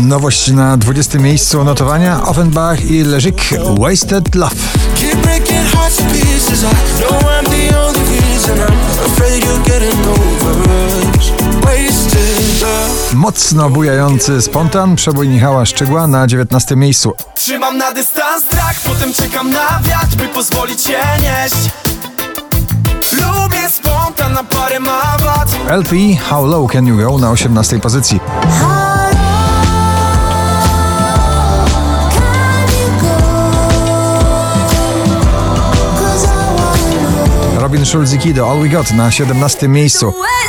Nowość na 20. miejscu notowania: Offenbach i Leżyk, Wasted Love. Mocno bujający spontan, przebój Michała Szczygła na 19. miejscu. Trzymam na dystans strach, potem czekam na wiatr, by pozwolić się nieść. Lubię spontan, na parę ma wad. LP, How Low Can You Go na 18. pozycji. Robin Schulz i Kido, All We Got na 17. miejscu.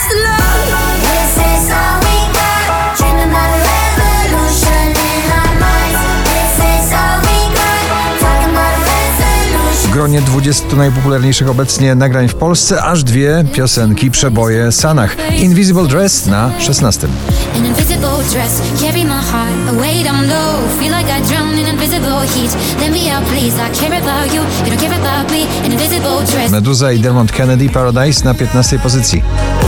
W gronie 20 najpopularniejszych obecnie nagrań w Polsce aż dwie piosenki przeboje Sanach. Invisible Dress na 16. Meduza i Dermot Kennedy, Paradise na 15. pozycji.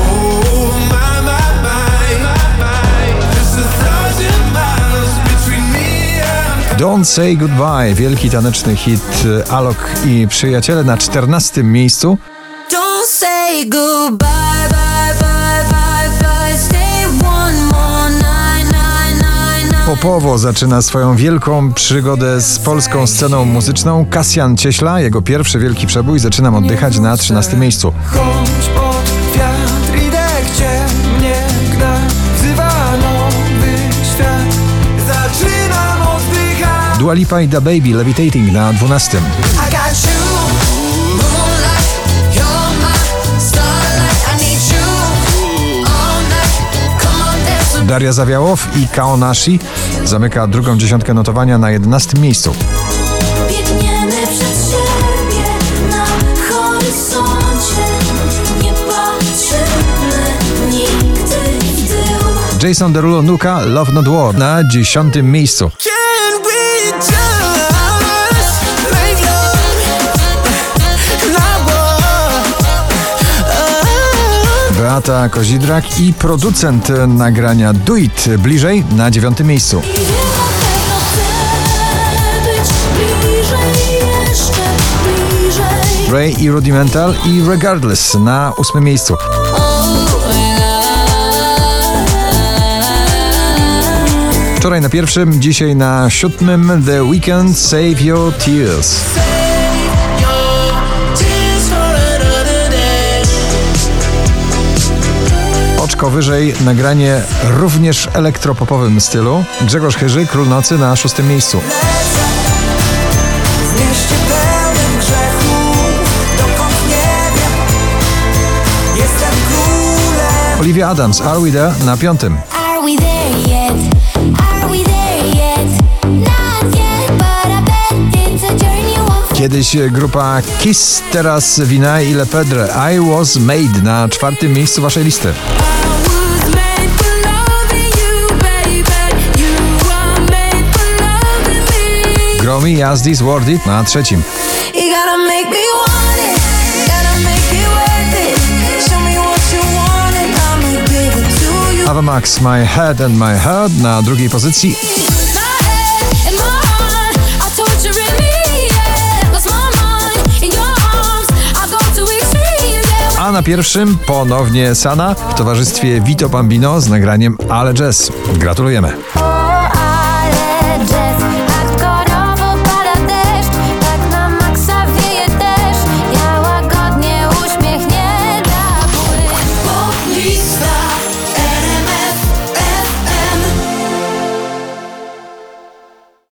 Don't Say Goodbye, wielki taneczny hit Alok i Przyjaciele na 14. miejscu. Don't say goodbye, bye, bye, bye, bye, stay one more night. Popowo zaczyna swoją wielką przygodę z polską sceną muzyczną Kasjan Cieśla. Jego pierwszy wielki przebój Zaczynam oddychać na 13. miejscu. Chodź pod wiatr, idę gdzie mnie gna, wzywa nowy świat. Zaczynam oddychać. Dua Lipa i Da Baby, Levitating na 12. Daria Zawiałow i Kaonashi zamyka drugą dziesiątkę notowania na 11. miejscu. Biegniemy przed siebie na horyzoncie, nie patrzymy nigdy w tył. Jason Derulo, Nuka, Love Not War na 10. miejscu. Beata Kozidrak i producent nagrania Do It, Bliżej na 9. miejscu. Ray i Rudimental i Regardless na 8. miejscu. Wczoraj na 1., dzisiaj na 7. The Weeknd, Save Your Tears. Oczko wyżej nagranie również elektropopowym stylu. Grzegorz Chyży, Król Nocy na 6. miejscu. Olivia Adams, Are We There na 5. Kiedyś grupa Kiss, teraz Wina i Lepedre, I Was Made na 4. miejscu waszej listy. Gromi, Yazdis, Worth It na 3. Ava Max, My Head and My Heart na 2. pozycji. A na 1. ponownie Sana w towarzystwie Vito Bambino z nagraniem Ale Jazz. Gratulujemy.